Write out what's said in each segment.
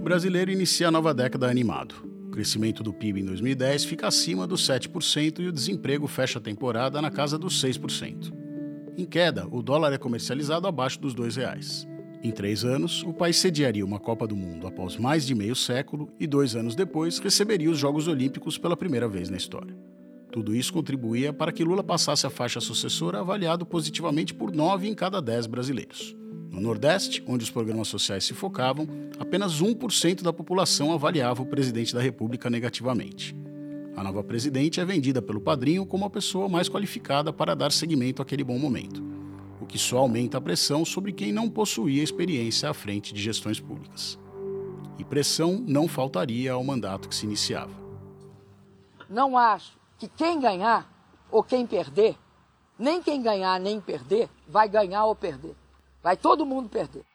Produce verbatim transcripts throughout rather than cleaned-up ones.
brasileiro inicia a nova década animado. O crescimento do P I B em dois mil e dez fica acima dos sete por cento e o desemprego fecha a temporada na casa dos seis por cento. Em queda, o dólar é comercializado abaixo dos dois reais. Em três anos, o país sediaria uma Copa do Mundo após mais de meio século e dois anos depois receberia os Jogos Olímpicos pela primeira vez na história. Tudo isso contribuía para que Lula passasse a faixa sucessora avaliado positivamente por nove em cada dez brasileiros. No Nordeste, onde os programas sociais se focavam, apenas um por cento da população avaliava o presidente da República negativamente. A nova presidente é vendida pelo padrinho como a pessoa mais qualificada para dar seguimento àquele bom momento, o que só aumenta a pressão sobre quem não possuía experiência à frente de gestões públicas. E pressão não faltaria ao mandato que se iniciava. Não acho que quem ganhar ou quem perder, nem quem ganhar nem perder, vai ganhar ou perder. Vai todo mundo perder.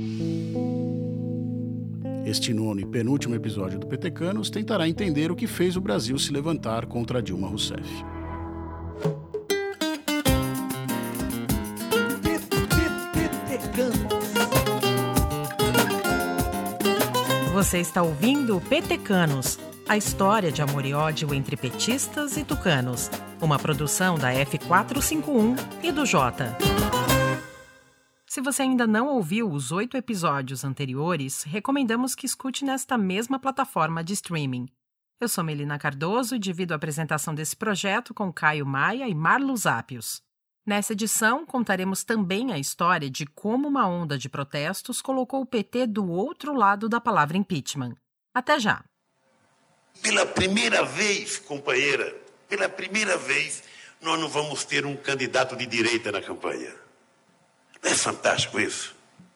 Este nono e penúltimo episódio do Petecanos tentará entender o que fez o Brasil se levantar contra Dilma Rousseff. Você está ouvindo Petecanos, a história de amor e ódio entre petistas e tucanos. Uma produção da F quatrocentos e cinquenta e um e do Jota. Se você ainda não ouviu os oito episódios anteriores, recomendamos que escute nesta mesma plataforma de streaming. Eu sou Melina Cardoso e divido a apresentação desse projeto com Caio Maia e Marlos Ápios. Nessa edição, contaremos também a história de como uma onda de protestos colocou o P T do outro lado da palavra impeachment. Até já! Pela primeira vez, companheira, pela primeira vez, nós não vamos ter um candidato de direita na campanha. Não é fantástico isso?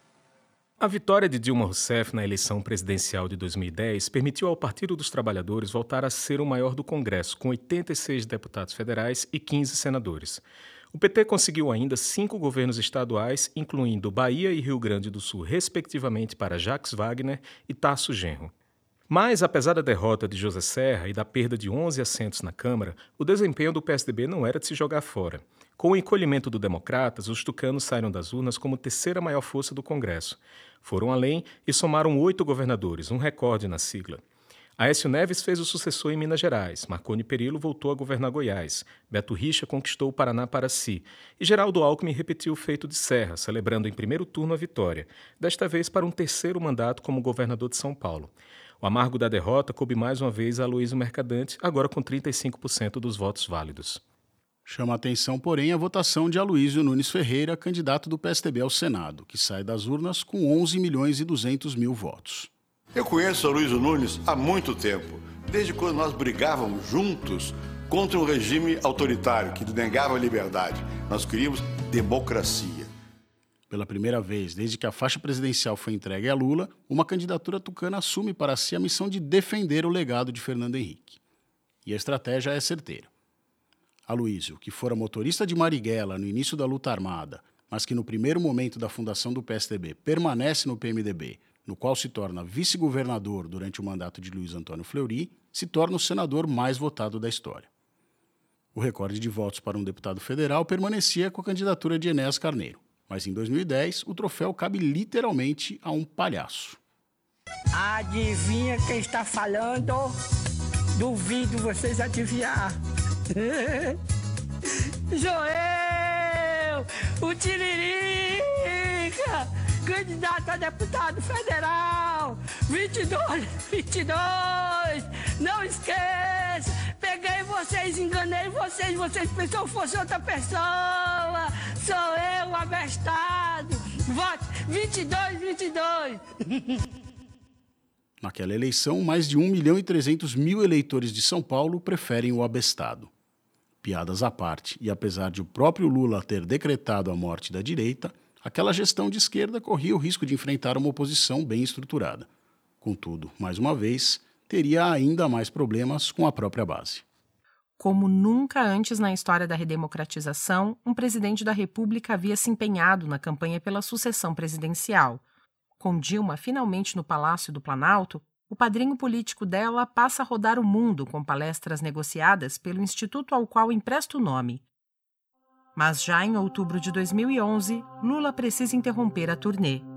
A vitória de Dilma Rousseff na eleição presidencial de dois mil e dez permitiu ao Partido dos Trabalhadores voltar a ser o maior do Congresso, com oitenta e seis deputados federais e quinze senadores. O P T conseguiu ainda cinco governos estaduais, incluindo Bahia e Rio Grande do Sul, respectivamente, para Jacques Wagner e Tasso Genro. Mas, apesar da derrota de José Serra e da perda de onze assentos na Câmara, o desempenho do P S D B não era de se jogar fora. Com o encolhimento do Democratas, os tucanos saíram das urnas como terceira maior força do Congresso. Foram além e somaram oito governadores, um recorde na sigla. Aécio Neves fez o sucessor em Minas Gerais, Marconi Perillo voltou a governar Goiás, Beto Richa conquistou o Paraná para si, e Geraldo Alckmin repetiu o feito de Serra, celebrando em primeiro turno a vitória, desta vez para um terceiro mandato como governador de São Paulo. O amargo da derrota coube mais uma vez a Aloysio Mercadante, agora com trinta e cinco por cento dos votos válidos. Chama a atenção, porém, a votação de Aloysio Nunes Ferreira, candidato do P S D B ao Senado, que sai das urnas com onze milhões e duzentos mil votos. Eu conheço Aloysio Nunes há muito tempo, desde quando nós brigávamos juntos contra um regime autoritário que negava a liberdade. Nós queríamos democracia. Pela primeira vez, desde que a faixa presidencial foi entregue a Lula, uma candidatura tucana assume para si a missão de defender o legado de Fernando Henrique. E a estratégia é certeira. Aloysio, que fora motorista de Marighella no início da luta armada, mas que no primeiro momento da fundação do P S D B permanece no P M D B, no qual se torna vice-governador durante o mandato de Luiz Antônio Fleury, se torna o senador mais votado da história. O recorde de votos para um deputado federal permanecia com a candidatura de Enéas Carneiro, mas em dois mil e dez o troféu cabe literalmente a um palhaço. Adivinha quem está falando? Duvido vocês adivinhar. Joel, o Tiririca, candidato a deputado federal, vinte e dois, vinte e dois, não esqueça, peguei vocês, enganei vocês, vocês pensou que fosse outra pessoa, sou eu, o abestado, vote vinte e dois, vinte e dois. Naquela eleição, mais de um milhão e trezentos mil eleitores de São Paulo preferem o abestado. Piadas à parte, e apesar de o próprio Lula ter decretado a morte da direita, aquela gestão de esquerda corria o risco de enfrentar uma oposição bem estruturada. Contudo, mais uma vez, teria ainda mais problemas com a própria base. Como nunca antes na história da redemocratização, um presidente da República havia se empenhado na campanha pela sucessão presidencial. Com Dilma finalmente no Palácio do Planalto, o padrinho político dela passa a rodar o mundo com palestras negociadas pelo instituto ao qual empresta o nome. Mas já em outubro de dois mil e onze, Lula precisa interromper a turnê.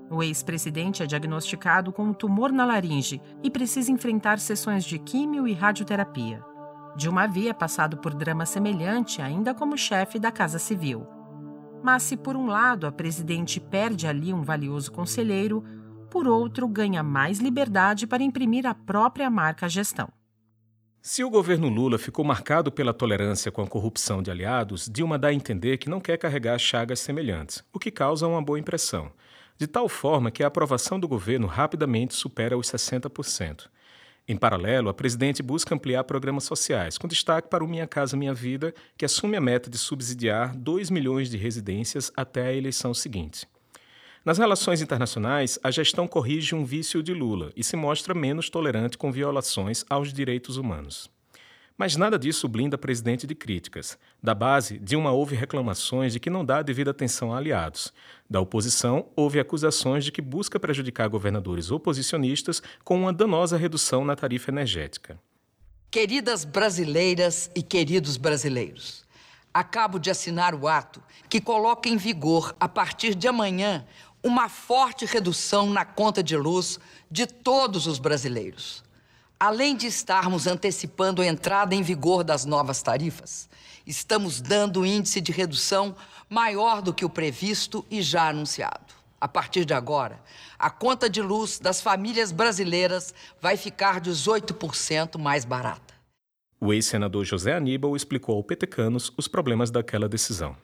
O ex-presidente é diagnosticado com um tumor na laringe e precisa enfrentar sessões de químio e radioterapia. Dilma havia passado por drama semelhante ainda como chefe da Casa Civil. Mas se por um lado a presidente perde ali um valioso conselheiro, por outro ganha mais liberdade para imprimir a própria marca à gestão. Se o governo Lula ficou marcado pela tolerância com a corrupção de aliados, Dilma dá a entender que não quer carregar chagas semelhantes, o que causa uma boa impressão, de tal forma que a aprovação do governo rapidamente supera os sessenta por cento. Em paralelo, a presidente busca ampliar programas sociais, com destaque para o Minha Casa Minha Vida, que assume a meta de subsidiar dois milhões de residências até a eleição seguinte. Nas relações internacionais, a gestão corrige um vício de Lula e se mostra menos tolerante com violações aos direitos humanos. Mas nada disso blinda a presidente de críticas. Da base, Dilma houve reclamações de que não dá devida atenção a aliados. Da oposição, houve acusações de que busca prejudicar governadores oposicionistas com uma danosa redução na tarifa energética. Queridas brasileiras e queridos brasileiros, acabo de assinar o ato que coloca em vigor, a partir de amanhã, uma forte redução na conta de luz de todos os brasileiros. Além de estarmos antecipando a entrada em vigor das novas tarifas, estamos dando um índice de redução maior do que o previsto e já anunciado. A partir de agora, a conta de luz das famílias brasileiras vai ficar dezoito por cento mais barata. O ex-senador José Aníbal explicou ao Petecanos os problemas daquela decisão.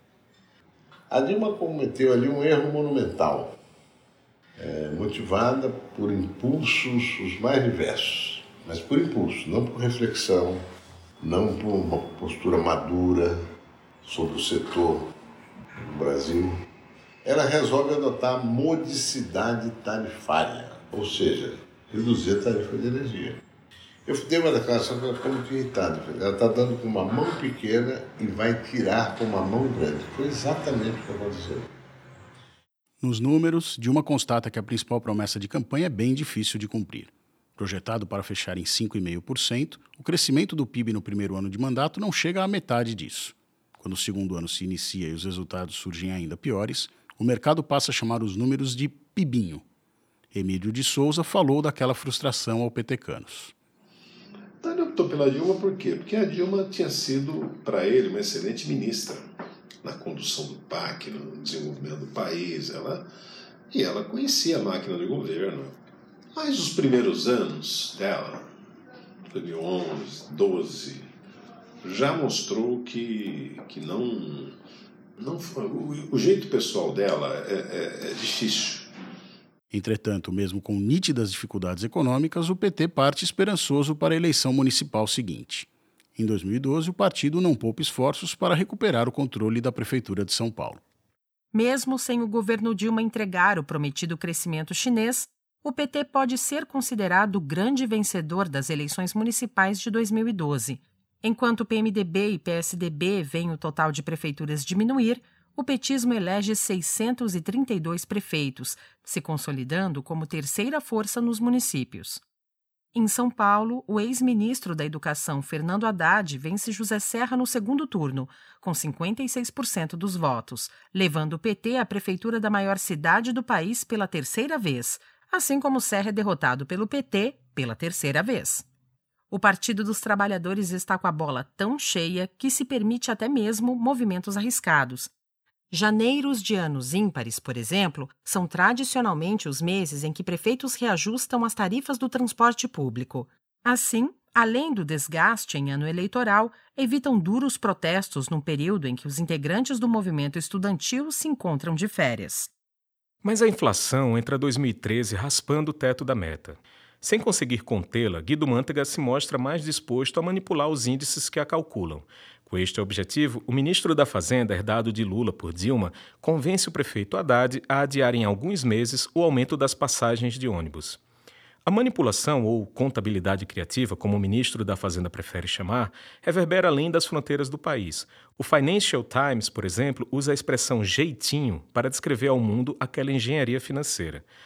A Dilma cometeu ali um erro monumental, é, motivada por impulsos os mais diversos, mas por impulso, não por reflexão, não por uma postura madura sobre o setor do Brasil. Ela resolve adotar modicidade tarifária, ou seja, reduzir a tarifa de energia. Eu dei uma declaração que ela ficou muito irritada. Ela está dando com uma mão pequena e vai tirar com uma mão grande. Foi exatamente o que aconteceu. Nos números, Dilma constata que a principal promessa de campanha é bem difícil de cumprir. Projetado para fechar em cinco vírgula cinco por cento, o crescimento do P I B no primeiro ano de mandato não chega à metade disso. Quando o segundo ano se inicia e os resultados surgem ainda piores, o mercado passa a chamar os números de PIBinho. Emílio de Souza falou daquela frustração ao Petecanos. Então ele optou pela Dilma por quê? Porque a Dilma tinha sido, para ele, uma excelente ministra na condução do P A C, no desenvolvimento do país, ela, e ela conhecia a máquina de governo. Mas os primeiros anos dela, dois mil e onze, doze, já mostrou que, que não, não foi, o, o jeito pessoal dela é, é, é difícil. Entretanto, mesmo com nítidas dificuldades econômicas, o P T parte esperançoso para a eleição municipal seguinte. Em dois mil e doze, o partido não poupa esforços para recuperar o controle da Prefeitura de São Paulo. Mesmo sem o governo Dilma entregar o prometido crescimento chinês, o P T pode ser considerado o grande vencedor das eleições municipais de dois mil e doze. Enquanto P M D B e P S D B veem o total de prefeituras diminuir, o petismo elege seiscentos e trinta e dois prefeitos, se consolidando como terceira força nos municípios. Em São Paulo, o ex-ministro da Educação, Fernando Haddad, vence José Serra no segundo turno, com cinquenta e seis por cento dos votos, levando o P T à prefeitura da maior cidade do país pela terceira vez, assim como Serra é derrotado pelo P T pela terceira vez. O Partido dos Trabalhadores está com a bola tão cheia que se permite até mesmo movimentos arriscados. Janeiros de anos ímpares, por exemplo, são tradicionalmente os meses em que prefeitos reajustam as tarifas do transporte público. Assim, além do desgaste em ano eleitoral, evitam duros protestos num período em que os integrantes do movimento estudantil se encontram de férias. Mas a inflação entra dois mil e treze raspando o teto da meta. Sem conseguir contê-la, Guido Mantega se mostra mais disposto a manipular os índices que a calculam. Com este objetivo, o ministro da Fazenda, herdado de Lula por Dilma, convence o prefeito Haddad a adiar em alguns meses o aumento das passagens de ônibus. A manipulação, ou contabilidade criativa, como o ministro da Fazenda prefere chamar, reverbera além das fronteiras do país. O Financial Times, por exemplo, usa a expressão jeitinho para descrever ao mundo aquela engenharia financeira.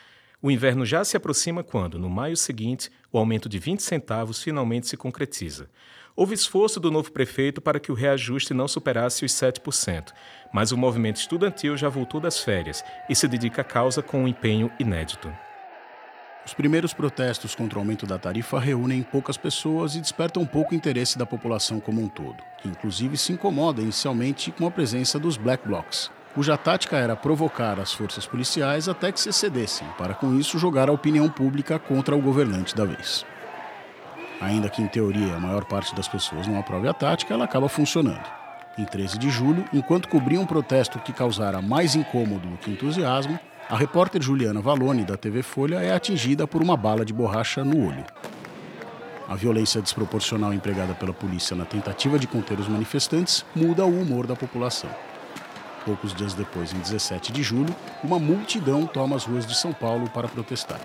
O inverno já se aproxima quando, no maio seguinte, o aumento de vinte centavos finalmente se concretiza. Houve esforço do novo prefeito para que o reajuste não superasse os sete por cento, mas o movimento estudantil já voltou das férias e se dedica à causa com um empenho inédito. Os primeiros protestos contra o aumento da tarifa reúnem poucas pessoas e despertam pouco interesse da população como um todo, que inclusive se incomoda inicialmente com a presença dos Black Blocs, cuja tática era provocar as forças policiais até que se excedessem, para com isso jogar a opinião pública contra o governante da vez. Ainda que, em teoria, a maior parte das pessoas não aprove a tática, ela acaba funcionando. Em treze de julho, enquanto cobria um protesto que causara mais incômodo do que entusiasmo, a repórter Juliana Vallone, da T V Folha, é atingida por uma bala de borracha no olho. A violência desproporcional empregada pela polícia na tentativa de conter os manifestantes muda o humor da população. Poucos dias depois, em dezessete de julho, uma multidão toma as ruas de São Paulo para protestar.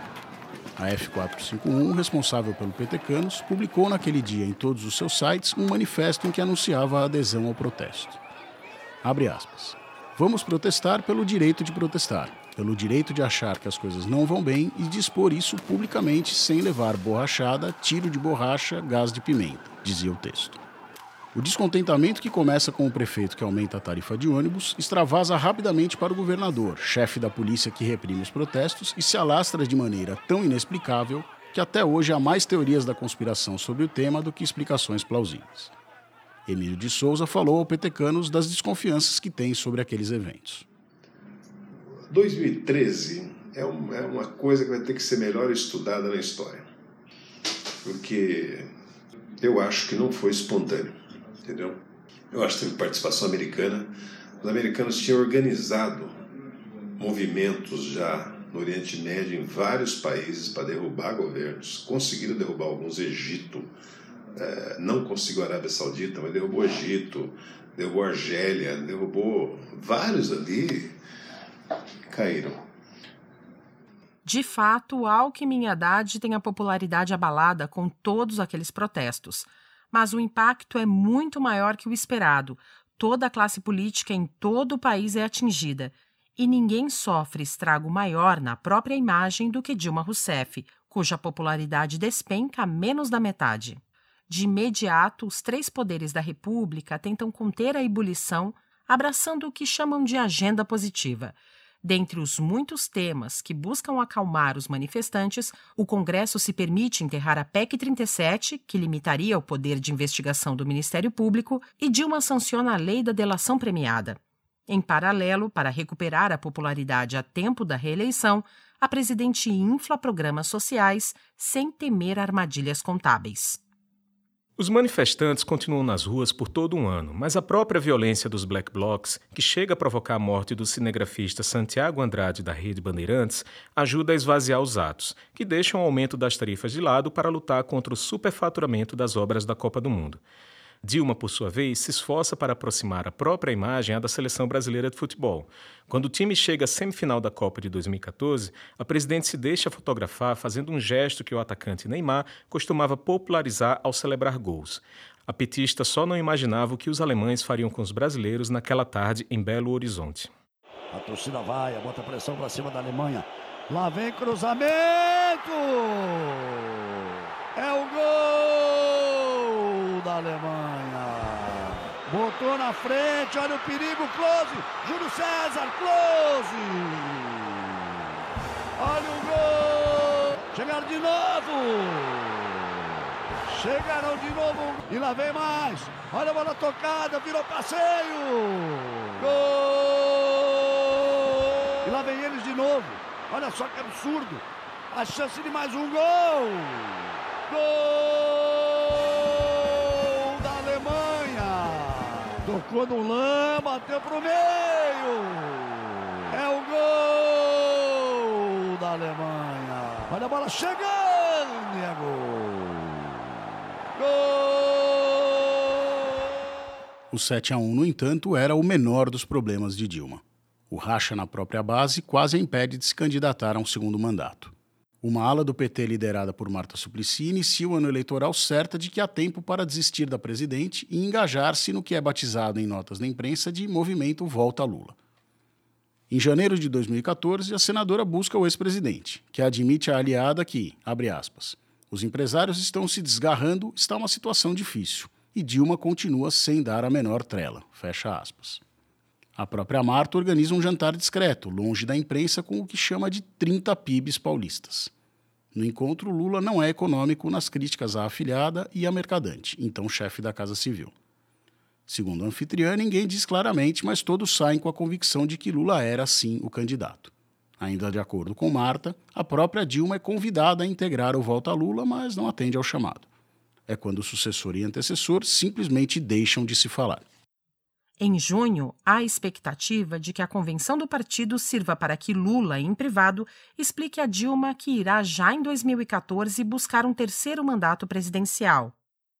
A F quatrocentos e cinquenta e um, responsável pelo Petecanos, publicou naquele dia em todos os seus sites um manifesto em que anunciava a adesão ao protesto. Abre aspas. Vamos protestar pelo direito de protestar, pelo direito de achar que as coisas não vão bem e de expor isso publicamente sem levar borrachada, tiro de borracha, gás de pimenta, dizia o texto. O descontentamento, que começa com o prefeito que aumenta a tarifa de ônibus, extravasa rapidamente para o governador, chefe da polícia que reprime os protestos, e se alastra de maneira tão inexplicável que até hoje há mais teorias da conspiração sobre o tema do que explicações plausíveis. Emílio de Souza falou ao Petecanos das desconfianças que tem sobre aqueles eventos. dois mil e treze é, um, é uma coisa que vai ter que ser melhor estudada na história, porque eu acho que não foi espontâneo. Entendeu? Eu acho que teve participação americana. Os americanos tinham organizado movimentos já no Oriente Médio, em vários países, para derrubar governos. Conseguiram derrubar alguns. Egito, é, não conseguiu a Arábia Saudita, mas derrubou o Egito, derrubou a Argélia, derrubou vários ali, caíram. De fato, Alckmin e Haddad têm a popularidade abalada com todos aqueles protestos. Mas o impacto é muito maior que o esperado. Toda a classe política em todo o país é atingida. E ninguém sofre estrago maior na própria imagem do que Dilma Rousseff, cuja popularidade despenca a menos da metade. De imediato, os três poderes da República tentam conter a ebulição, abraçando o que chamam de agenda positiva. Dentre os muitos temas que buscam acalmar os manifestantes, o Congresso se permite enterrar a P E C trinta e sete, que limitaria o poder de investigação do Ministério Público, e Dilma sanciona a lei da delação premiada. Em paralelo, para recuperar a popularidade a tempo da reeleição, a presidente infla programas sociais sem temer armadilhas contábeis. Os manifestantes continuam nas ruas por todo um ano, mas a própria violência dos Black Blocs, que chega a provocar a morte do cinegrafista Santiago Andrade da Rede Bandeirantes, ajuda a esvaziar os atos, que deixam o aumento das tarifas de lado para lutar contra o superfaturamento das obras da Copa do Mundo. Dilma, por sua vez, se esforça para aproximar a própria imagem à da seleção brasileira de futebol. Quando o time chega à semifinal da Copa de dois mil e catorze, a presidente se deixa fotografar fazendo um gesto que o atacante Neymar costumava popularizar ao celebrar gols. A petista só não imaginava o que os alemães fariam com os brasileiros naquela tarde em Belo Horizonte. A torcida vai, bota pressão para cima da Alemanha. Lá vem cruzamento! É o gol da Alemanha. Botou na frente, olha o perigo, Klose. Júlio César, Klose. Olha o gol. Chegaram de novo. Chegaram de novo. E lá vem mais. Olha a bola tocada, virou passeio. Gol. E lá vem eles de novo. Olha só que absurdo. A chance de mais um gol. Gol da Alemanha. Tocou no lã, bateu pro meio. É o gol da Alemanha. Olha a bola chegando e é gol. Gol. O sete a um, no entanto, era o menor dos problemas de Dilma. O racha na própria base quase a impede de se candidatar a um segundo mandato. Uma ala do P T liderada por Marta Suplicy inicia o ano eleitoral certa de que há tempo para desistir da presidente e engajar-se no que é batizado em notas na imprensa de movimento Volta Lula. Em janeiro de dois mil e quatorze, a senadora busca o ex-presidente, que admite à aliada que, abre aspas, os empresários estão se desgarrando, está uma situação difícil, e Dilma continua sem dar a menor trela, fecha aspas. A própria Marta organiza um jantar discreto, longe da imprensa, com o que chama de trinta P I Bs paulistas. No encontro, Lula não é econômico nas críticas à afilhada e à mercadante, então chefe da Casa Civil. Segundo a anfitriã, ninguém diz claramente, mas todos saem com a convicção de que Lula era, sim, o candidato. Ainda de acordo com Marta, a própria Dilma é convidada a integrar o Volta a Lula, mas não atende ao chamado. É quando o sucessor e antecessor simplesmente deixam de se falar. Em junho, há a expectativa de que a convenção do partido sirva para que Lula, em privado, explique a Dilma que irá já em dois mil e quatorze buscar um terceiro mandato presidencial.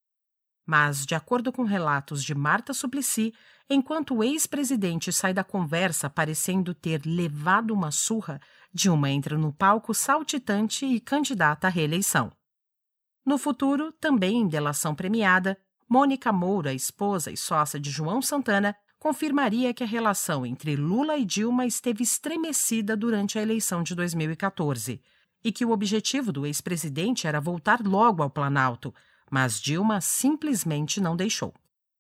Mas, de acordo com relatos de Marta Suplicy, enquanto o ex-presidente sai da conversa parecendo ter levado uma surra, Dilma entra no palco saltitante e candidata à reeleição. No futuro, também em delação premiada, Mônica Moura, esposa e sócia de João Santana, confirmaria que a relação entre Lula e Dilma esteve estremecida durante a eleição de dois mil e quatorze e que o objetivo do ex-presidente era voltar logo ao Planalto, mas Dilma simplesmente não deixou.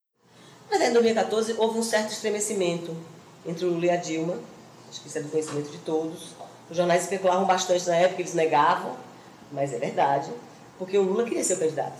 Mas em dois mil e quatorze houve um certo estremecimento entre o Lula e a Dilma, acho que isso é do conhecimento de todos. Os jornais especulavam bastante na época, eles negavam, mas é verdade, porque o Lula queria ser o candidato.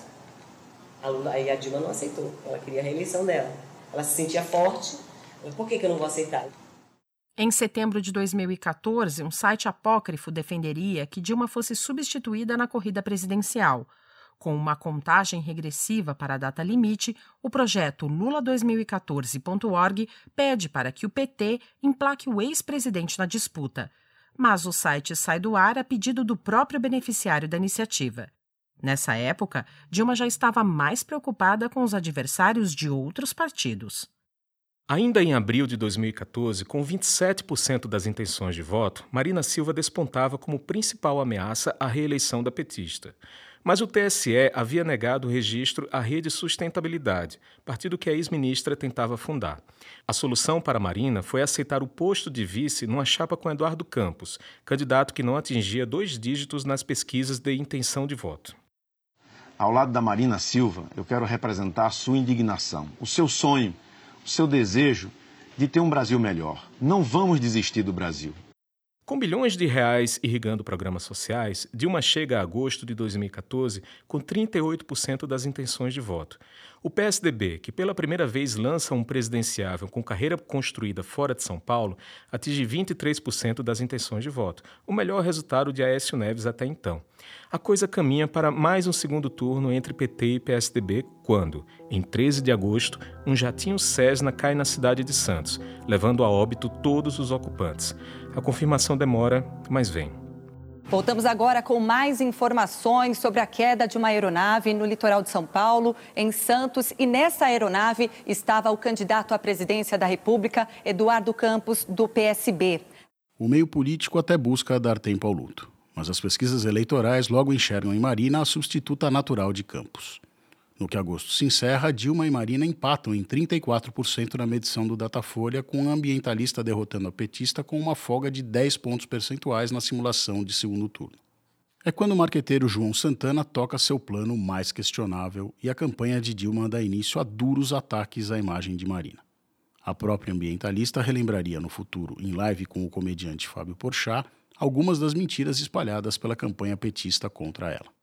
A Lula, aí a Dilma não aceitou, ela queria a reeleição dela. Ela se sentia forte, por que, que eu não vou aceitar? Em setembro de dois mil e quatorze, um site apócrifo defenderia que Dilma fosse substituída na corrida presidencial. Com uma contagem regressiva para a data limite, o projeto lula dois mil e quatorze ponto org pede para que o P T emplaque o ex-presidente na disputa. Mas o site sai do ar a pedido do próprio beneficiário da iniciativa. Nessa época, Dilma já estava mais preocupada com os adversários de outros partidos. Ainda em abril de dois mil e quatorze, com vinte e sete por cento das intenções de voto, Marina Silva despontava como principal ameaça à reeleição da petista. Mas o T S E havia negado o registro à Rede Sustentabilidade, partido que a ex-ministra tentava fundar. A solução para Marina foi aceitar o posto de vice numa chapa com Eduardo Campos, candidato que não atingia dois dígitos nas pesquisas de intenção de voto. Ao lado da Marina Silva, eu quero representar a sua indignação, o seu sonho, o seu desejo de ter um Brasil melhor. Não vamos desistir do Brasil. Com bilhões de reais irrigando programas sociais, Dilma chega a agosto de dois mil e quatorze com trinta e oito por cento das intenções de voto. O P S D B, que pela primeira vez lança um presidenciável com carreira construída fora de São Paulo, atinge vinte e três por cento das intenções de voto, o melhor resultado de Aécio Neves até então. A coisa caminha para mais um segundo turno entre P T e P S D B quando, em treze de agosto, um jatinho Cessna cai na cidade de Santos, levando a óbito todos os ocupantes. A confirmação demora, mas vem. Voltamos agora com mais informações sobre a queda de uma aeronave no litoral de São Paulo, em Santos. E nessa aeronave estava o candidato à presidência da República, Eduardo Campos, do P S B. O meio político até busca dar tempo ao luto, mas as pesquisas eleitorais logo enxergam em Marina a substituta natural de Campos. No que agosto se encerra, Dilma e Marina empatam em trinta e quatro por cento na medição do Datafolha, com a ambientalista derrotando a petista com uma folga de dez pontos percentuais na simulação de segundo turno. É quando o marqueteiro João Santana toca seu plano mais questionável e a campanha de Dilma dá início a duros ataques à imagem de Marina. A própria ambientalista relembraria no futuro, em live com o comediante Fábio Porchat, algumas das mentiras espalhadas pela campanha petista contra ela.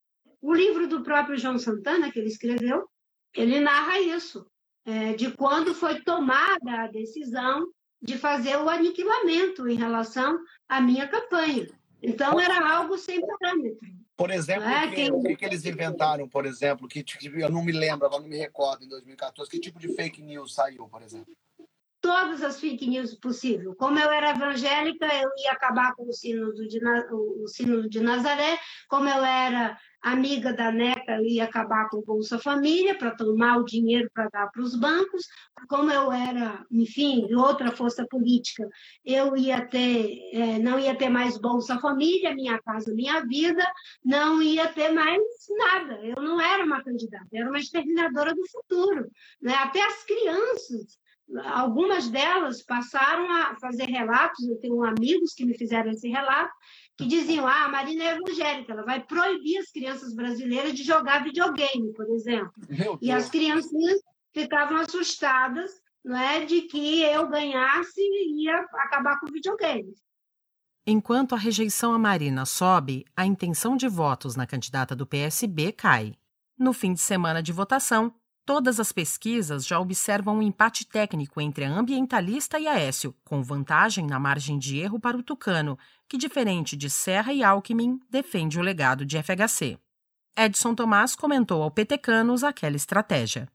O livro do próprio João Santana, que ele escreveu, ele narra isso, é, de quando foi tomada a decisão de fazer o aniquilamento em relação à minha campanha. Então, era algo sem parâmetro. Por exemplo, é, o, que, quem... o que, que eles inventaram, por exemplo, que eu não me lembro, agora não me recordo, em dois mil e quatorze, que tipo de fake news saiu, por exemplo? Todas as fake news possíveis. Como eu era evangélica, eu ia acabar com o sino de, o sino de Nazaré. Como eu era amiga da NECA, eu ia acabar com o Bolsa Família para tomar o dinheiro para dar para os bancos. Como eu era, enfim, de outra força política, eu ia ter, é, não ia ter mais Bolsa Família, Minha Casa Minha Vida, não ia ter mais nada. Eu não era uma candidata, eu era uma exterminadora do futuro. Né? Até as crianças algumas delas passaram a fazer relatos, eu tenho amigos que me fizeram esse relato, que diziam, ah, a Marina é evangélica, ela vai proibir as crianças brasileiras de jogar videogame, por exemplo. E as criancinhas ficavam assustadas, não é, de que eu ganhasse e ia acabar com o videogame. Enquanto a rejeição à Marina sobe, a intenção de votos na candidata do P S B cai. No fim de semana de votação, todas as pesquisas já observam um empate técnico entre a ambientalista e Aécio, com vantagem na margem de erro para o tucano, que, diferente de Serra e Alckmin, defende o legado de F H C. Edson Tomás comentou ao Petecanos aquela estratégia.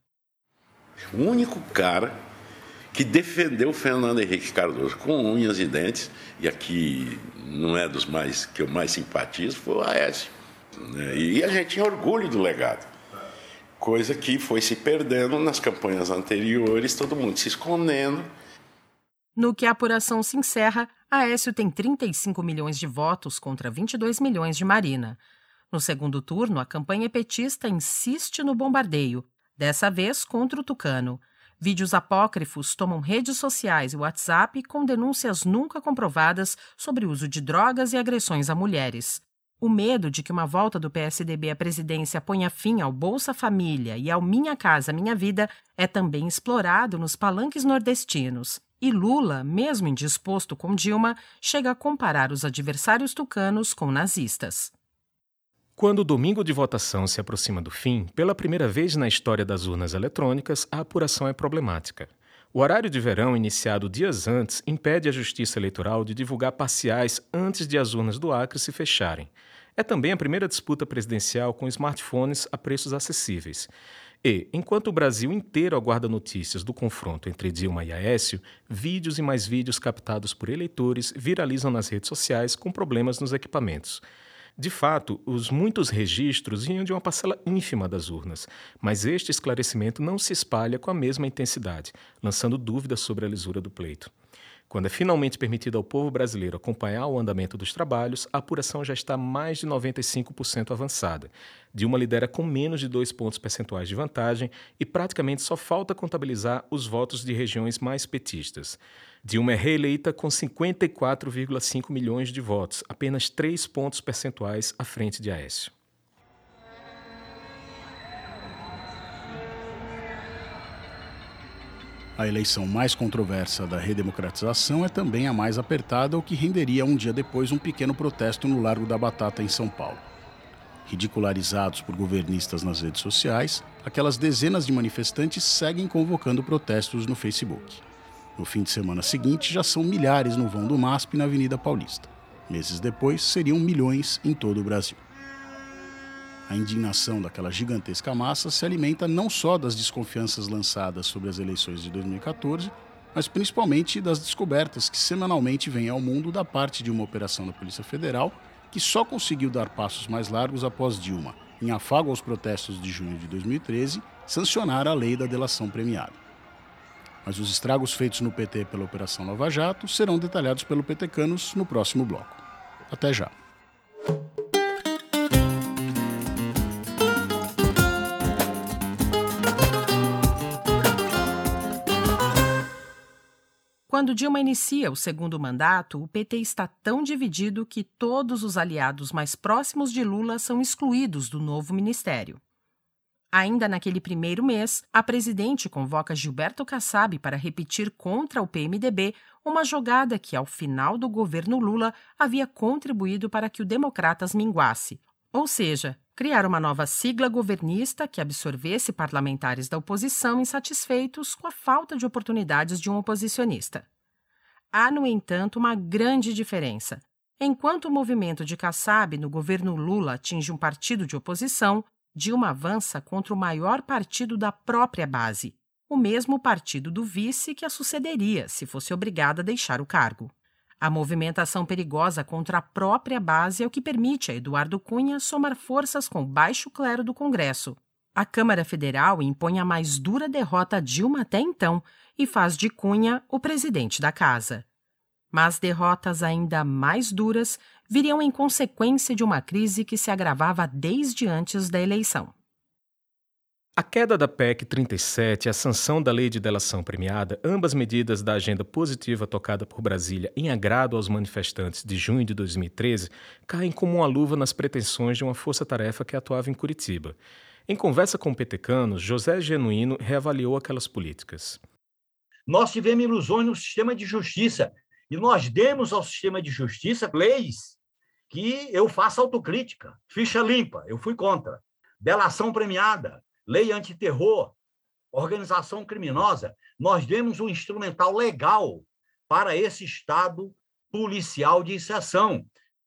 O único cara que defendeu o Fernando Henrique Cardoso com unhas e dentes, e aqui não é dos mais que eu mais simpatizo, foi o Aécio. E a gente tinha orgulho do legado. Coisa que foi se perdendo nas campanhas anteriores, todo mundo se escondendo. No que a apuração se encerra, Aécio tem trinta e cinco milhões de votos contra vinte e dois milhões de Marina. No segundo turno, a campanha petista insiste no bombardeio, dessa vez contra o tucano. Vídeos apócrifos tomam redes sociais e WhatsApp com denúncias nunca comprovadas sobre o uso de drogas e agressões a mulheres. O medo de que uma volta do P S D B à presidência ponha fim ao Bolsa Família e ao Minha Casa Minha Vida é também explorado nos palanques nordestinos. E Lula, mesmo indisposto com Dilma, chega a comparar os adversários tucanos com nazistas. Quando o domingo de votação se aproxima do fim, pela primeira vez na história das urnas eletrônicas, a apuração é problemática. O horário de verão, iniciado dias antes, impede a Justiça Eleitoral de divulgar parciais antes de as urnas do Acre se fecharem. É também a primeira disputa presidencial com smartphones a preços acessíveis. E, enquanto o Brasil inteiro aguarda notícias do confronto entre Dilma e Aécio, vídeos e mais vídeos captados por eleitores viralizam nas redes sociais com problemas nos equipamentos. De fato, os muitos registros vinham de uma parcela ínfima das urnas, mas este esclarecimento não se espalha com a mesma intensidade, lançando dúvidas sobre a lisura do pleito. Quando é finalmente permitido ao povo brasileiro acompanhar o andamento dos trabalhos, a apuração já está mais de noventa e cinco por cento avançada. Dilma lidera com menos de dois pontos percentuais de vantagem e praticamente só falta contabilizar os votos de regiões mais petistas. Dilma é reeleita com cinquenta e quatro vírgula cinco milhões de votos, apenas três pontos percentuais à frente de Aécio. A eleição mais controversa da redemocratização é também a mais apertada, o que renderia um dia depois um pequeno protesto no Largo da Batata, em São Paulo. Ridicularizados por governistas nas redes sociais, aquelas dezenas de manifestantes seguem convocando protestos no Facebook. No fim de semana seguinte, já são milhares no vão do M A S P na Avenida Paulista. Meses depois, seriam milhões em todo o Brasil. A indignação daquela gigantesca massa se alimenta não só das desconfianças lançadas sobre as eleições de dois mil e catorze, mas principalmente das descobertas que semanalmente vêm ao mundo da parte de uma operação da Polícia Federal que só conseguiu dar passos mais largos após Dilma, em afago aos protestos de junho de dois mil e treze, sancionar a lei da delação premiada. Mas os estragos feitos no P T pela Operação Lava Jato serão detalhados pelo Petecanos no próximo bloco. Até já. Quando Dilma inicia o segundo mandato, o P T está tão dividido que todos os aliados mais próximos de Lula são excluídos do novo ministério. Ainda naquele primeiro mês, a presidente convoca Gilberto Kassab para repetir contra o P M D B uma jogada que, ao final do governo Lula, havia contribuído para que o Democratas minguasse, ou seja, criar uma nova sigla governista que absorvesse parlamentares da oposição insatisfeitos com a falta de oportunidades de um oposicionista. Há, no entanto, uma grande diferença. Enquanto o movimento de Kassab no governo Lula atinge um partido de oposição, Dilma avança contra o maior partido da própria base, o mesmo partido do vice que a sucederia se fosse obrigada a deixar o cargo. A movimentação perigosa contra a própria base é o que permite a Eduardo Cunha somar forças com o baixo clero do Congresso. A Câmara Federal impõe a mais dura derrota a Dilma até então e faz de Cunha o presidente da casa. Mas derrotas ainda mais duras viriam em consequência de uma crise que se agravava desde antes da eleição. A queda da P E C trinta e sete e a sanção da Lei de Delação Premiada, ambas medidas da agenda positiva tocada por Brasília em agrado aos manifestantes de junho de dois mil e treze, caem como uma luva nas pretensões de uma força-tarefa que atuava em Curitiba. Em conversa com petecanos, José Genuíno reavaliou aquelas políticas. Nós tivemos ilusões no sistema de justiça e nós demos ao sistema de justiça leis que eu faço autocrítica. Ficha limpa, eu fui contra. Delação premiada, lei antiterror, organização criminosa. Nós demos um instrumental legal para esse Estado policial de exceção.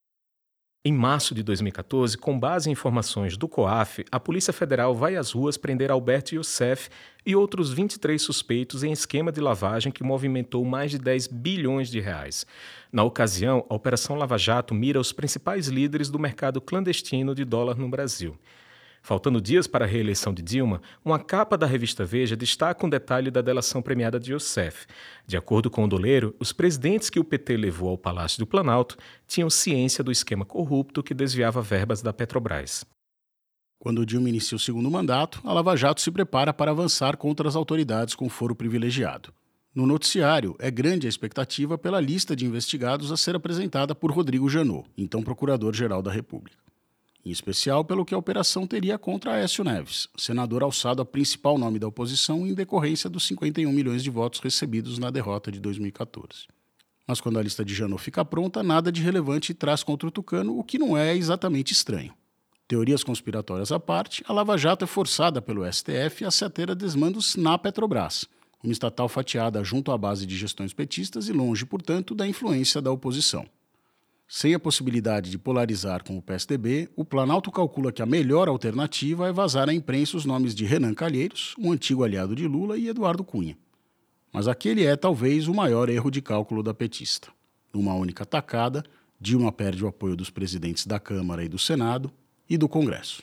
Em março de dois mil e catorze, com base em informações do COAF, a Polícia Federal vai às ruas prender Alberto Youssef e outros vinte e três suspeitos em esquema de lavagem que movimentou mais de dez bilhões de reais. Na ocasião, a Operação Lava Jato mira os principais líderes do mercado clandestino de dólar no Brasil. Faltando dias para a reeleição de Dilma, uma capa da revista Veja destaca um detalhe da delação premiada de Youssef. De acordo com o doleiro, os presidentes que o P T levou ao Palácio do Planalto tinham ciência do esquema corrupto que desviava verbas da Petrobras. Quando Dilma inicia o segundo mandato, a Lava Jato se prepara para avançar contra as autoridades com foro privilegiado. No noticiário, é grande a expectativa pela lista de investigados a ser apresentada por Rodrigo Janot, então Procurador-Geral da República. Em especial pelo que a operação teria contra Aécio Neves, senador alçado a principal nome da oposição em decorrência dos cinquenta e um milhões de votos recebidos na derrota de dois mil e catorze. Mas quando a lista de Janot fica pronta, nada de relevante traz contra o tucano, o que não é exatamente estranho. Teorias conspiratórias à parte, a Lava Jato é forçada pelo S T F a se ater a desmandos na Petrobras, uma estatal fatiada junto à base de gestões petistas e longe, portanto, da influência da oposição. Sem a possibilidade de polarizar com o P S D B, o Planalto calcula que a melhor alternativa é vazar à imprensa os nomes de Renan Calheiros, um antigo aliado de Lula, e Eduardo Cunha. Mas aquele é, talvez, o maior erro de cálculo da petista. Numa única tacada, Dilma perde o apoio dos presidentes da Câmara e do Senado e do Congresso.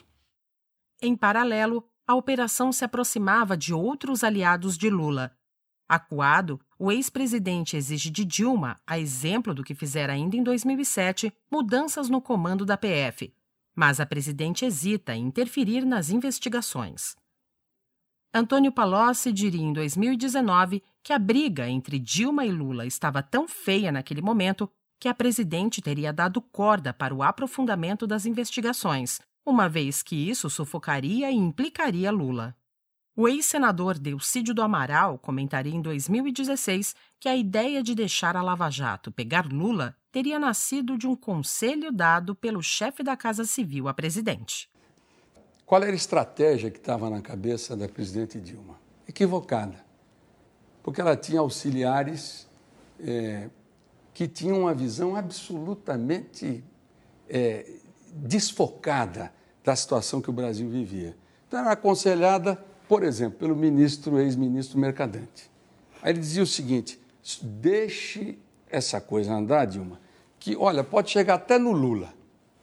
Em paralelo, a operação se aproximava de outros aliados de Lula. Acuado, o ex-presidente exige de Dilma, a exemplo do que fizera ainda em dois mil e sete, mudanças no comando da P F. Mas a presidente hesita em interferir nas investigações. Antônio Palocci diria em dois mil e dezenove que a briga entre Dilma e Lula estava tão feia naquele momento que a presidente teria dado corda para o aprofundamento das investigações, uma vez que isso sufocaria e implicaria Lula. O ex-senador Delcídio do Amaral comentaria em dois mil e dezesseis que a ideia de deixar a Lava Jato pegar Lula teria nascido de um conselho dado pelo chefe da Casa Civil à presidente. Qual era a estratégia que estava na cabeça da presidente Dilma? Equivocada. Porque ela tinha auxiliares é, que tinham uma visão absolutamente é, desfocada da situação que o Brasil vivia. Então, era aconselhada, por exemplo, pelo ministro, ex-ministro Mercadante. Aí ele dizia o seguinte: deixe essa coisa andar, Dilma, que, olha, pode chegar até no Lula,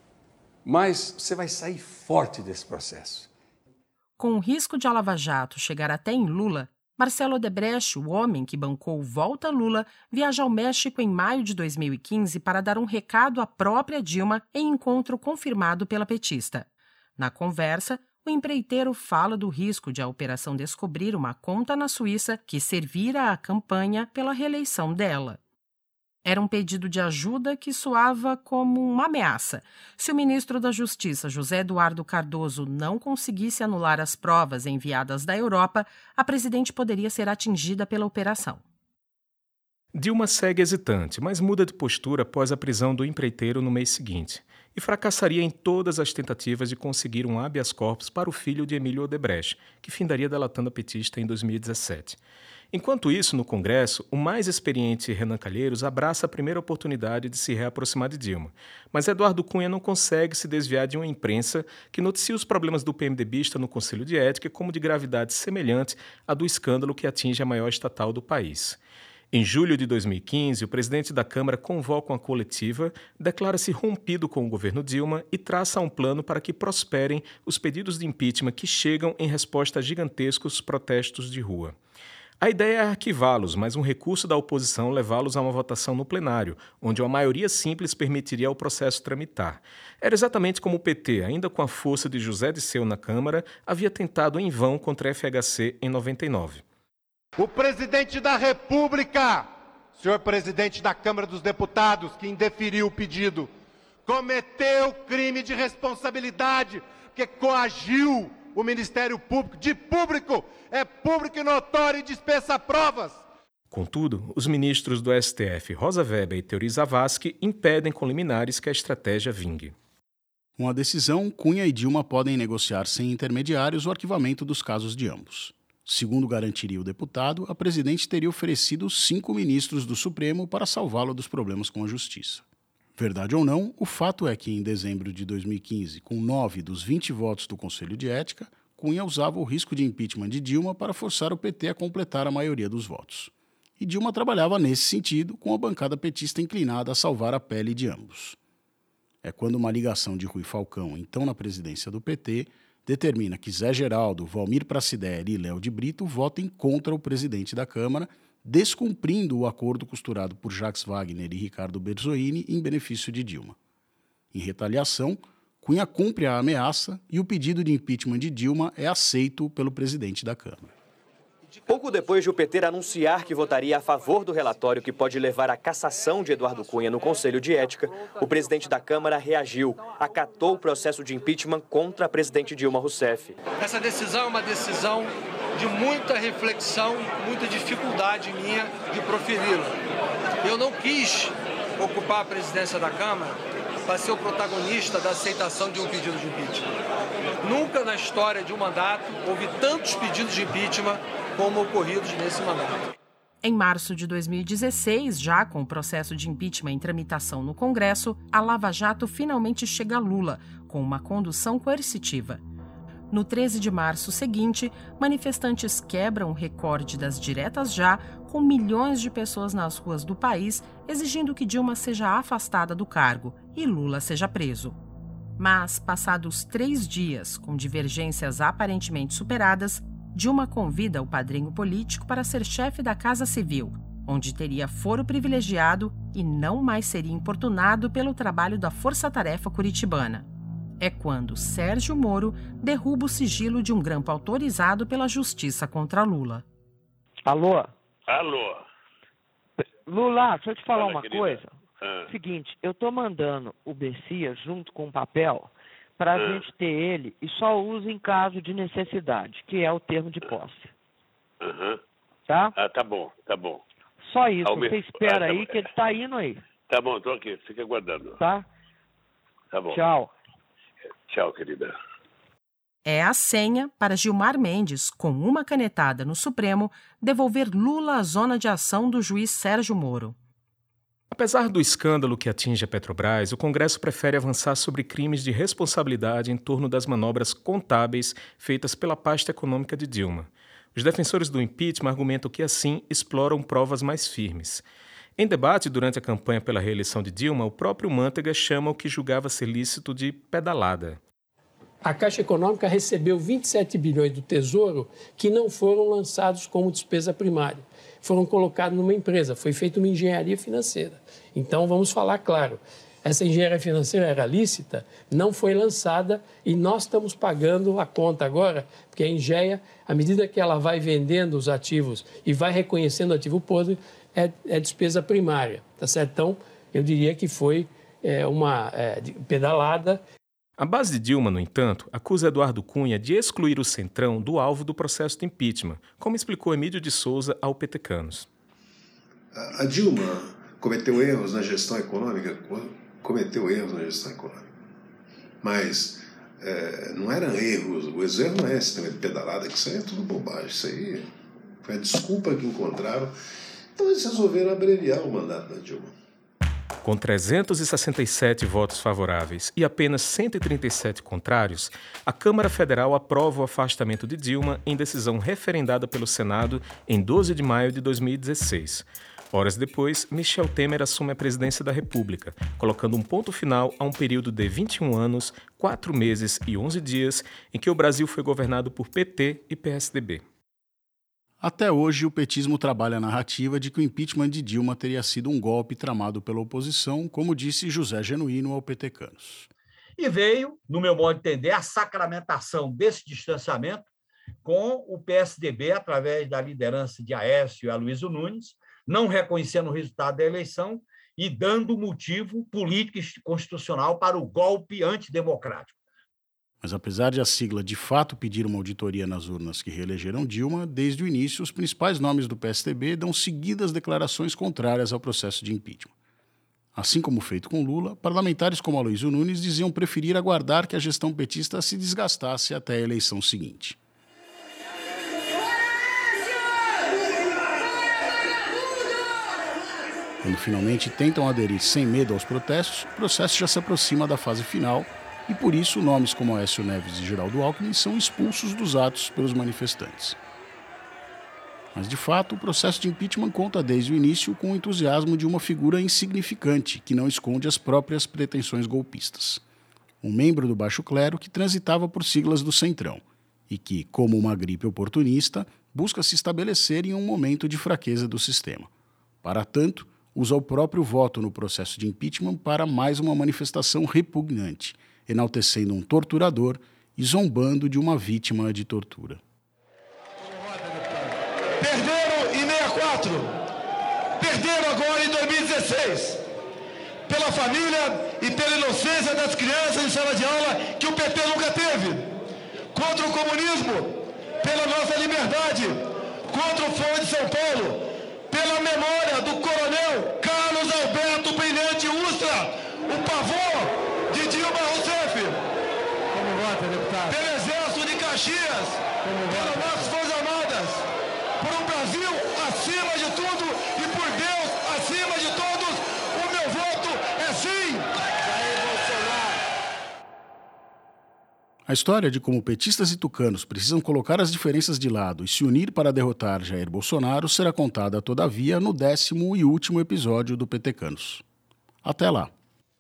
mas você vai sair forte desse processo. Com o risco de a Lava Jato chegar até em Lula, Marcelo Odebrecht, o homem que bancou Volta Lula, viaja ao México em maio de dois mil e quinze para dar um recado à própria Dilma em encontro confirmado pela petista. Na conversa, o empreiteiro fala do risco de a operação descobrir uma conta na Suíça que servira à campanha pela reeleição dela. Era um pedido de ajuda que soava como uma ameaça. Se o ministro da Justiça, José Eduardo Cardoso, não conseguisse anular as provas enviadas da Europa, a presidente poderia ser atingida pela operação. Dilma segue hesitante, mas muda de postura após a prisão do empreiteiro no mês seguinte e fracassaria em todas as tentativas de conseguir um habeas corpus para o filho de Emílio Odebrecht, que findaria delatando a petista em dois mil e dezessete. Enquanto isso, no Congresso, o mais experiente Renan Calheiros abraça a primeira oportunidade de se reaproximar de Dilma. Mas Eduardo Cunha não consegue se desviar de uma imprensa que noticia os problemas do PMDBista no Conselho de Ética como de gravidade semelhante à do escândalo que atinge a maior estatal do país. Em julho de dois mil e quinze, o presidente da Câmara convoca uma coletiva, declara-se rompido com o governo Dilma e traça um plano para que prosperem os pedidos de impeachment que chegam em resposta a gigantescos protestos de rua. A ideia é arquivá-los, mas um recurso da oposição levá-los a uma votação no plenário, onde uma maioria simples permitiria ao processo tramitar. Era exatamente como o P T, ainda com a força de José Disseu na Câmara, havia tentado em vão contra a F H C em noventa e nove. O presidente da República, senhor presidente da Câmara dos Deputados, que indeferiu o pedido, cometeu crime de responsabilidade, porque coagiu o Ministério Público. De público, é público e notório e dispensa provas. Contudo, os ministros do S T F, Rosa Weber e Teori Zavascki, impedem com liminares que a estratégia vingue. Com a decisão, Cunha e Dilma podem negociar sem intermediários o arquivamento dos casos de ambos. Segundo garantiria o deputado, a presidente teria oferecido cinco ministros do Supremo para salvá-lo dos problemas com a Justiça. Verdade ou não, o fato é que, em dezembro de dois mil e quinze, com nove dos vinte votos do Conselho de Ética, Cunha usava o risco de impeachment de Dilma para forçar o P T a completar a maioria dos votos. E Dilma trabalhava nesse sentido, com a bancada petista inclinada a salvar a pele de ambos. É quando uma ligação de Rui Falcão, então na presidência do P T, determina que Zé Geraldo, Valmir Pracidelli e Léo de Brito votem contra o presidente da Câmara, descumprindo o acordo costurado por Jacques Wagner e Ricardo Berzoini em benefício de Dilma. Em retaliação, Cunha cumpre a ameaça e o pedido de impeachment de Dilma é aceito pelo presidente da Câmara. Pouco depois de o P T anunciar que votaria a favor do relatório que pode levar à cassação de Eduardo Cunha no Conselho de Ética, o presidente da Câmara reagiu, acatou o processo de impeachment contra a presidente Dilma Rousseff. Essa decisão é uma decisão de muita reflexão e muita dificuldade minha de proferi-la. Eu não quis ocupar a presidência da Câmara para ser o protagonista da aceitação de um pedido de impeachment. Nunca na história de um mandato houve tantos pedidos de impeachment como ocorridos nesse mandato. Em março de dois mil e dezesseis, já com o processo de impeachment em tramitação no Congresso, a Lava Jato finalmente chega a Lula, com uma condução coercitiva. No treze de março seguinte, manifestantes quebram o recorde das diretas já, com milhões de pessoas nas ruas do país exigindo que Dilma seja afastada do cargo e Lula seja preso. Mas, passados três dias, com divergências aparentemente superadas, Dilma convida o padrinho político para ser chefe da Casa Civil, onde teria foro privilegiado e não mais seria importunado pelo trabalho da Força-Tarefa Curitibana. É quando Sérgio Moro derruba o sigilo de um grampo autorizado pela Justiça contra Lula. Alô? Alô? Lula, deixa eu te falar Fala, uma querida. coisa. Ah. Seguinte, eu tô mandando o Bessia junto com o papel para a Ah. gente ter ele e só usa em caso de necessidade, que é o termo de posse. Aham. Tá? Ah, tá bom, tá bom. Só isso, Alme- você espera Ah, tá aí bom. que ele tá indo aí, Tá bom, tô aqui, fica aguardando. tá? Tá bom. Tchau. Tchau, querida. É a senha para Gilmar Mendes, com uma canetada no Supremo, devolver Lula à zona de ação do juiz Sérgio Moro. Apesar do escândalo que atinge a Petrobras, o Congresso prefere avançar sobre crimes de responsabilidade em torno das manobras contábeis feitas pela pasta econômica de Dilma. Os defensores do impeachment argumentam que, assim, exploram provas mais firmes. Em debate durante a campanha pela reeleição de Dilma, o próprio Manteiga chama o que julgava ser lícito de pedalada. A Caixa Econômica recebeu vinte e sete bilhões do Tesouro que não foram lançados como despesa primária. Foram colocados numa empresa, foi feita uma engenharia financeira. Então, vamos falar claro, essa engenharia financeira era lícita, não foi lançada e nós estamos pagando a conta agora, porque a Engeia, à medida que ela vai vendendo os ativos e vai reconhecendo o ativo podre, é, é despesa primária, tá certo? Então, eu diria que foi é, uma é, pedalada. A base de Dilma, no entanto, acusa Eduardo Cunha de excluir o Centrão do alvo do processo de impeachment, como explicou Emílio de Souza ao Petecanos. A Dilma cometeu erros na gestão econômica, cometeu erros na gestão econômica. Mas é, não eram erros, o erro não é esse também de pedalada, que isso aí é tudo bobagem, isso aí foi a desculpa que encontraram. Então eles resolveram abreviar o mandato da Dilma. Com trezentos e sessenta e sete votos favoráveis e apenas cento e trinta e sete contrários, a Câmara Federal aprova o afastamento de Dilma em decisão referendada pelo Senado em doze de maio de dois mil e dezesseis. Horas depois, Michel Temer assume a presidência da República, colocando um ponto final a um período de vinte e um anos, quatro meses e onze dias em que o Brasil foi governado por P T e P S D B. Até hoje, o petismo trabalha a narrativa de que o impeachment de Dilma teria sido um golpe tramado pela oposição, como disse José Genuíno ao Petecanos. E veio, no meu modo de entender, a sacramentação desse distanciamento com o P S D B, através da liderança de Aécio e Aloysio Nunes, não reconhecendo o resultado da eleição e dando motivo político e constitucional para o golpe antidemocrático. Mas apesar de a sigla de fato pedir uma auditoria nas urnas que reelegeram Dilma, desde o início os principais nomes do P S D B dão seguidas declarações contrárias ao processo de impeachment. Assim como feito com Lula, parlamentares como Aloysio Nunes diziam preferir aguardar que a gestão petista se desgastasse até a eleição seguinte. Quando finalmente tentam aderir sem medo aos protestos, o processo já se aproxima da fase final e, por isso, nomes como Aécio Neves e Geraldo Alckmin são expulsos dos atos pelos manifestantes. Mas, de fato, o processo de impeachment conta desde o início com o entusiasmo de uma figura insignificante que não esconde as próprias pretensões golpistas. Um membro do baixo clero que transitava por siglas do Centrão e que, como uma gripe oportunista, busca se estabelecer em um momento de fraqueza do sistema. Para tanto, usa o próprio voto no processo de impeachment para mais uma manifestação repugnante, enaltecendo um torturador e zombando de uma vítima de tortura. Perderam em sessenta e quatro, perderam agora em dois mil e dezesseis, pela família e pela inocência das crianças em sala de aula que o P T nunca teve, contra o comunismo, pela nossa liberdade, contra o Fórum de São Paulo, pela memória do coronel Carlos Alberto Brilhante Ustra, o pavor de Dilma Rousseff. Como vota, deputado? Pelo Exército de Caxias, pelas nossas Forças Armadas, por um Brasil acima de tudo e por Deus acima de todos, o meu voto é sim. Jair Bolsonaro. A história de como petistas e tucanos precisam colocar as diferenças de lado e se unir para derrotar Jair Bolsonaro será contada, todavia, no décimo e último episódio do Petecanos. Até lá!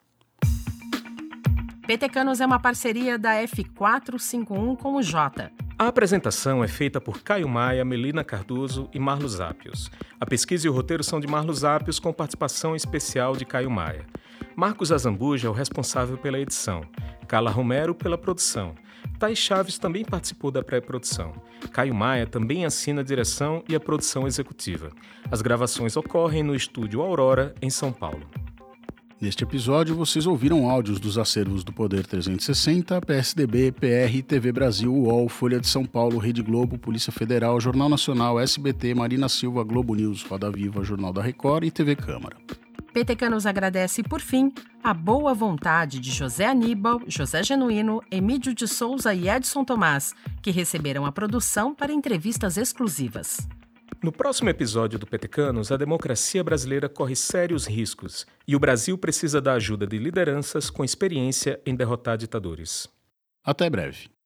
Petecanos é uma parceria da F quatrocentos e cinquenta e um com o Jota. A apresentação é feita por Caio Maia, Melina Cardoso e Marlos Ápios. A pesquisa e o roteiro são de Marlos Ápios, com participação especial de Caio Maia. Marcos Azambuja é o responsável pela edição. Carla Romero pela produção. Thais Chaves também participou da pré-produção. Caio Maia também assina a direção e a produção executiva. As gravações ocorrem no estúdio Aurora, em São Paulo. Neste episódio, vocês ouviram áudios dos acervos do Poder trezentos e sessenta, P S D B, P R, T V Brasil, U O L, Folha de São Paulo, Rede Globo, Polícia Federal, Jornal Nacional, S B T, Marina Silva, Globo News, Roda Viva, Jornal da Record e T V Câmara. Petecanos agradece, por fim, a boa vontade de José Aníbal, José Genuíno, Emílio de Souza e Edson Tomás, que receberam a produção para entrevistas exclusivas. No próximo episódio do Petecanos, a democracia brasileira corre sérios riscos e o Brasil precisa da ajuda de lideranças com experiência em derrotar ditadores. Até breve.